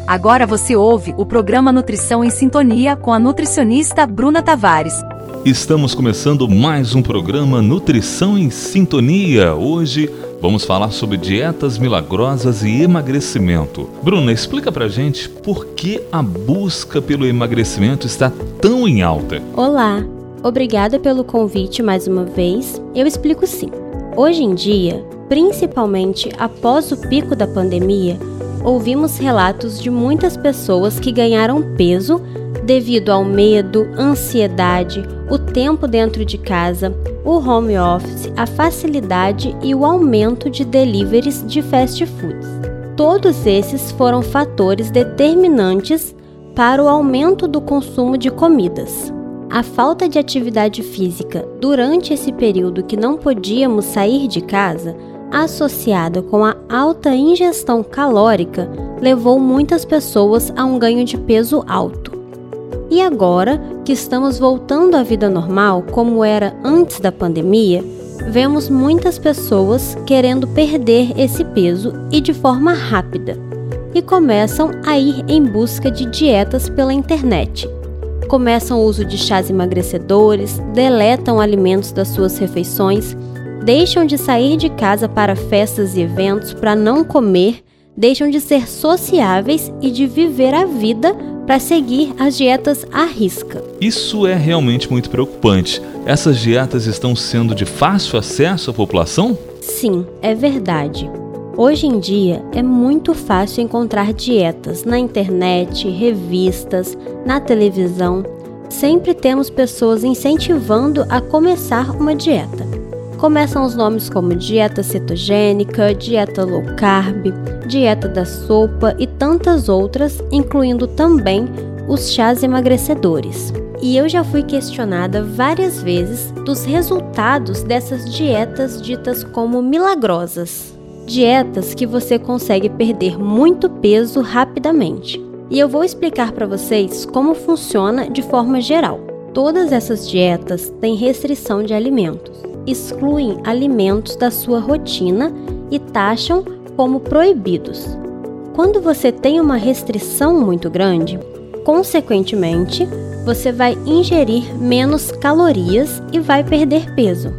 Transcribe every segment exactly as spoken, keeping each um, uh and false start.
Agora você ouve o programa Nutrição em Sintonia com a nutricionista Bruna Tavares. Estamos começando mais um programa Nutrição em Sintonia. Hoje vamos falar sobre dietas milagrosas e emagrecimento. Bruna, explica pra gente por que a busca pelo emagrecimento está tão em alta. Olá, obrigada pelo convite mais uma vez. Eu explico sim. Hoje em dia, principalmente após o pico da pandemia, ouvimos relatos de muitas pessoas que ganharam peso devido ao medo, ansiedade, o tempo dentro de casa, o home office, a facilidade e o aumento de deliveries de fast foods. Todos esses foram fatores determinantes para o aumento do consumo de comidas. A falta de atividade física durante esse período que não podíamos sair de casa, associada com a alta ingestão calórica, levou muitas pessoas a um ganho de peso alto. E agora que estamos voltando à vida normal, como era antes da pandemia, vemos muitas pessoas querendo perder esse peso e de forma rápida, e começam a ir em busca de dietas pela internet. Começam o uso de chás emagrecedores, deletam alimentos das suas refeições, deixam de sair de casa para festas e eventos para não comer, deixam de ser sociáveis e de viver a vida para seguir as dietas à risca. Isso é realmente muito preocupante. Essas dietas estão sendo de fácil acesso à população? Sim, é verdade. Hoje em dia é muito fácil encontrar dietas na internet, revistas, na televisão. Sempre temos pessoas incentivando a começar uma dieta. Começam os nomes como dieta cetogênica, dieta low carb, dieta da sopa e tantas outras, incluindo também os chás emagrecedores. E eu já fui questionada várias vezes dos resultados dessas dietas ditas como milagrosas. Dietas que você consegue perder muito peso rapidamente. E eu vou explicar para vocês como funciona de forma geral. Todas essas dietas têm restrição de alimentos. Excluem alimentos da sua rotina e taxam como proibidos. Quando você tem uma restrição muito grande, consequentemente, você vai ingerir menos calorias e vai perder peso.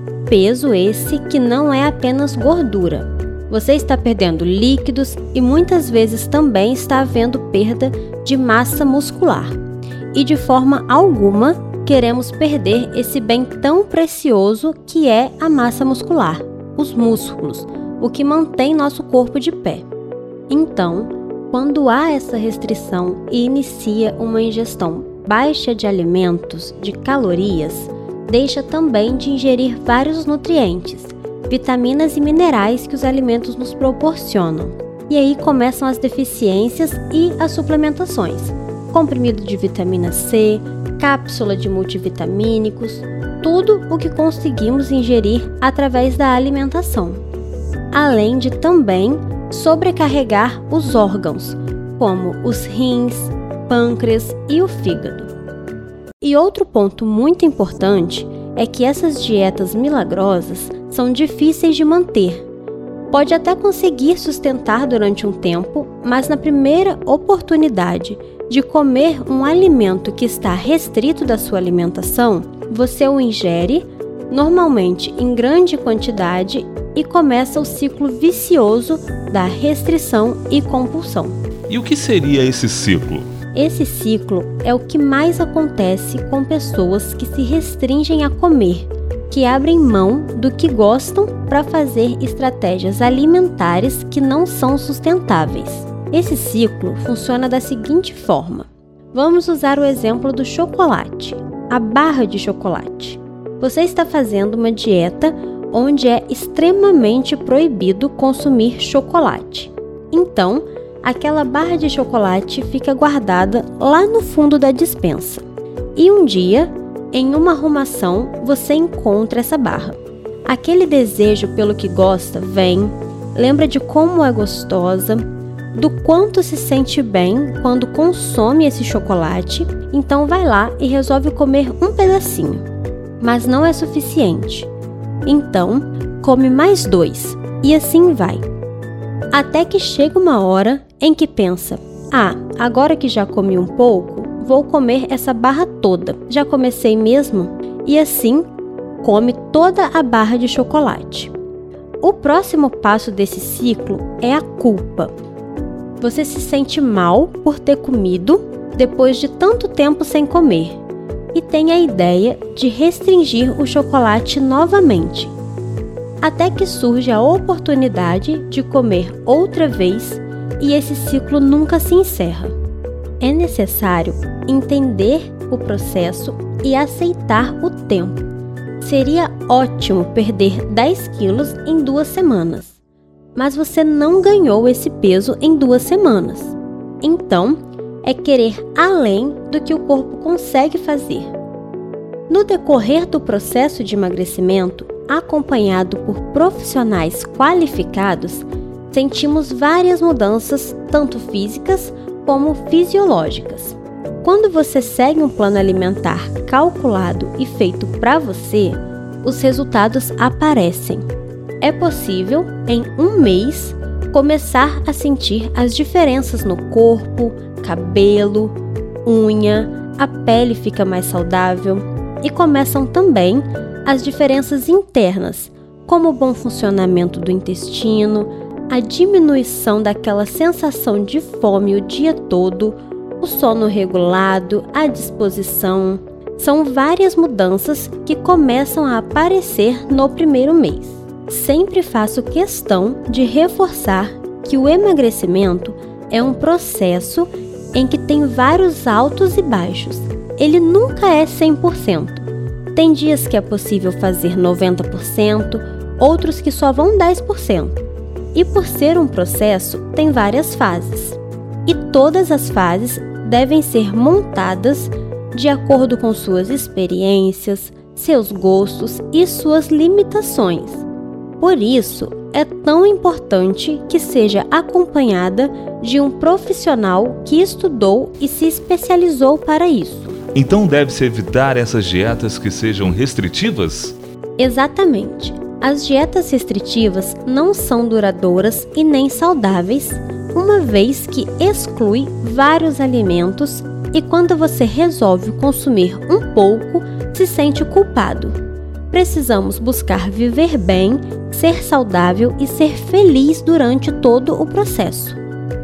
Peso esse que não é apenas gordura. Você está perdendo líquidos e muitas vezes também está havendo perda de massa muscular. E de forma alguma, queremos perder esse bem tão precioso que é a massa muscular, os músculos, o que mantém nosso corpo de pé. Então, quando há essa restrição e inicia uma ingestão baixa de alimentos, de calorias, deixa também de ingerir vários nutrientes, vitaminas e minerais que os alimentos nos proporcionam. E aí começam as deficiências e as suplementações. Comprimido de vitamina C, cápsula de multivitamínicos, tudo o que conseguimos ingerir através da alimentação. Além de também sobrecarregar os órgãos, como os rins, pâncreas e o fígado. E outro ponto muito importante é que essas dietas milagrosas são difíceis de manter. Pode até conseguir sustentar durante um tempo, mas na primeira oportunidade de comer um alimento que está restrito da sua alimentação, você o ingere, normalmente em grande quantidade, e começa o ciclo vicioso da restrição e compulsão. E o que seria esse ciclo? Esse ciclo é o que mais acontece com pessoas que se restringem a comer, que abrem mão do que gostam para fazer estratégias alimentares que não são sustentáveis. Esse ciclo funciona da seguinte forma. Vamos usar o exemplo do chocolate, a barra de chocolate. Você está fazendo uma dieta onde é extremamente proibido consumir chocolate. Então, aquela barra de chocolate fica guardada lá no fundo da despensa. E um dia, em uma arrumação, você encontra essa barra. Aquele desejo pelo que gosta vem, lembra de como é gostosa, do quanto se sente bem quando consome esse chocolate, então vai lá e resolve comer um pedacinho. Mas não é suficiente. Então, come mais dois, e assim vai. Até que chega uma hora em que pensa, Ah, agora que já comi um pouco, vou comer essa barra toda. Já comecei mesmo? E assim, come toda a barra de chocolate. O próximo passo desse ciclo é a culpa. Você se sente mal por ter comido depois de tanto tempo sem comer e tem a ideia de restringir o chocolate novamente, até que surge a oportunidade de comer outra vez e esse ciclo nunca se encerra. É necessário entender o processo e aceitar o tempo. Seria ótimo perder dez quilos em duas semanas, mas você não ganhou esse peso em duas semanas. Então, é querer além do que o corpo consegue fazer. No decorrer do processo de emagrecimento, acompanhado por profissionais qualificados, sentimos várias mudanças, tanto físicas como fisiológicas. Quando você segue um plano alimentar calculado e feito para você, os resultados aparecem. É possível, em um mês, começar a sentir as diferenças no corpo, cabelo, unha, a pele fica mais saudável e começam também as diferenças internas, como o bom funcionamento do intestino, a diminuição daquela sensação de fome o dia todo, o sono regulado, a disposição. São várias mudanças que começam a aparecer no primeiro mês. Sempre faço questão de reforçar que o emagrecimento é um processo em que tem vários altos e baixos. Ele nunca é cem por cento. Tem dias que é possível fazer noventa por cento, outros que só vão dez por cento. E por ser um processo, tem várias fases. E todas as fases devem ser montadas de acordo com suas experiências, seus gostos e suas limitações. Por isso, é tão importante que seja acompanhada de um profissional que estudou e se especializou para isso. Então deve-se evitar essas dietas que sejam restritivas? Exatamente. As dietas restritivas não são duradouras e nem saudáveis, uma vez que exclui vários alimentos e quando você resolve consumir um pouco, se sente culpado. Precisamos buscar viver bem, ser saudável e ser feliz durante todo o processo.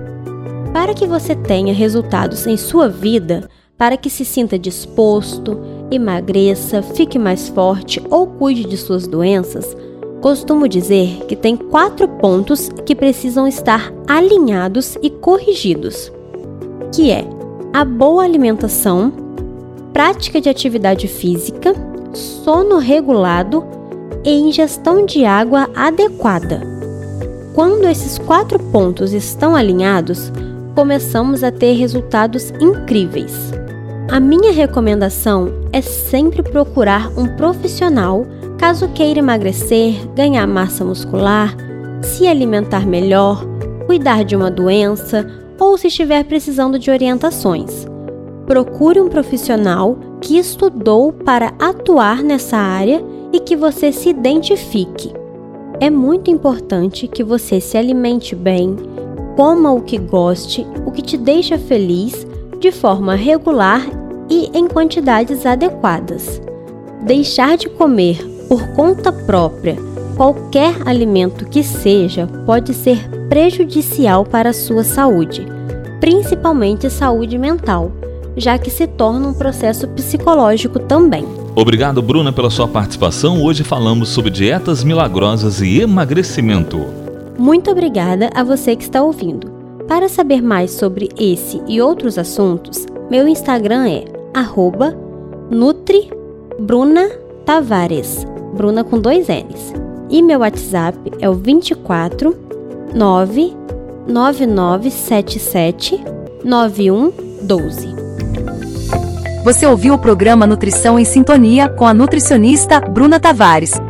Para que você tenha resultados em sua vida, para que se sinta disposto, emagreça, fique mais forte ou cuide de suas doenças, costumo dizer que tem quatro pontos que precisam estar alinhados e corrigidos, que é a boa alimentação, prática de atividade física, sono regulado e ingestão de água adequada. Quando esses quatro pontos estão alinhados, começamos a ter resultados incríveis. A minha recomendação é sempre procurar um profissional caso queira emagrecer, ganhar massa muscular, se alimentar melhor, cuidar de uma doença ou se estiver precisando de orientações. Procure um profissional que estudou para atuar nessa área e que você se identifique. É muito importante que você se alimente bem, coma o que goste, o que te deixa feliz, de forma regular e em quantidades adequadas. Deixar de comer por conta própria qualquer alimento que seja pode ser prejudicial para a sua saúde, principalmente saúde mental, já que se torna um processo psicológico também. Obrigado, Bruna, pela sua participação. Hoje falamos sobre dietas milagrosas e emagrecimento. Muito obrigada a você que está ouvindo. Para saber mais sobre esse e outros assuntos, meu Instagram é arroba nutribrunatavares, Bruna com dois N's. E meu WhatsApp é o vinte e quatro, nove nove nove sete sete, nove um um dois. Você ouviu o programa Nutrição em Sintonia com a nutricionista Bruna Tavares.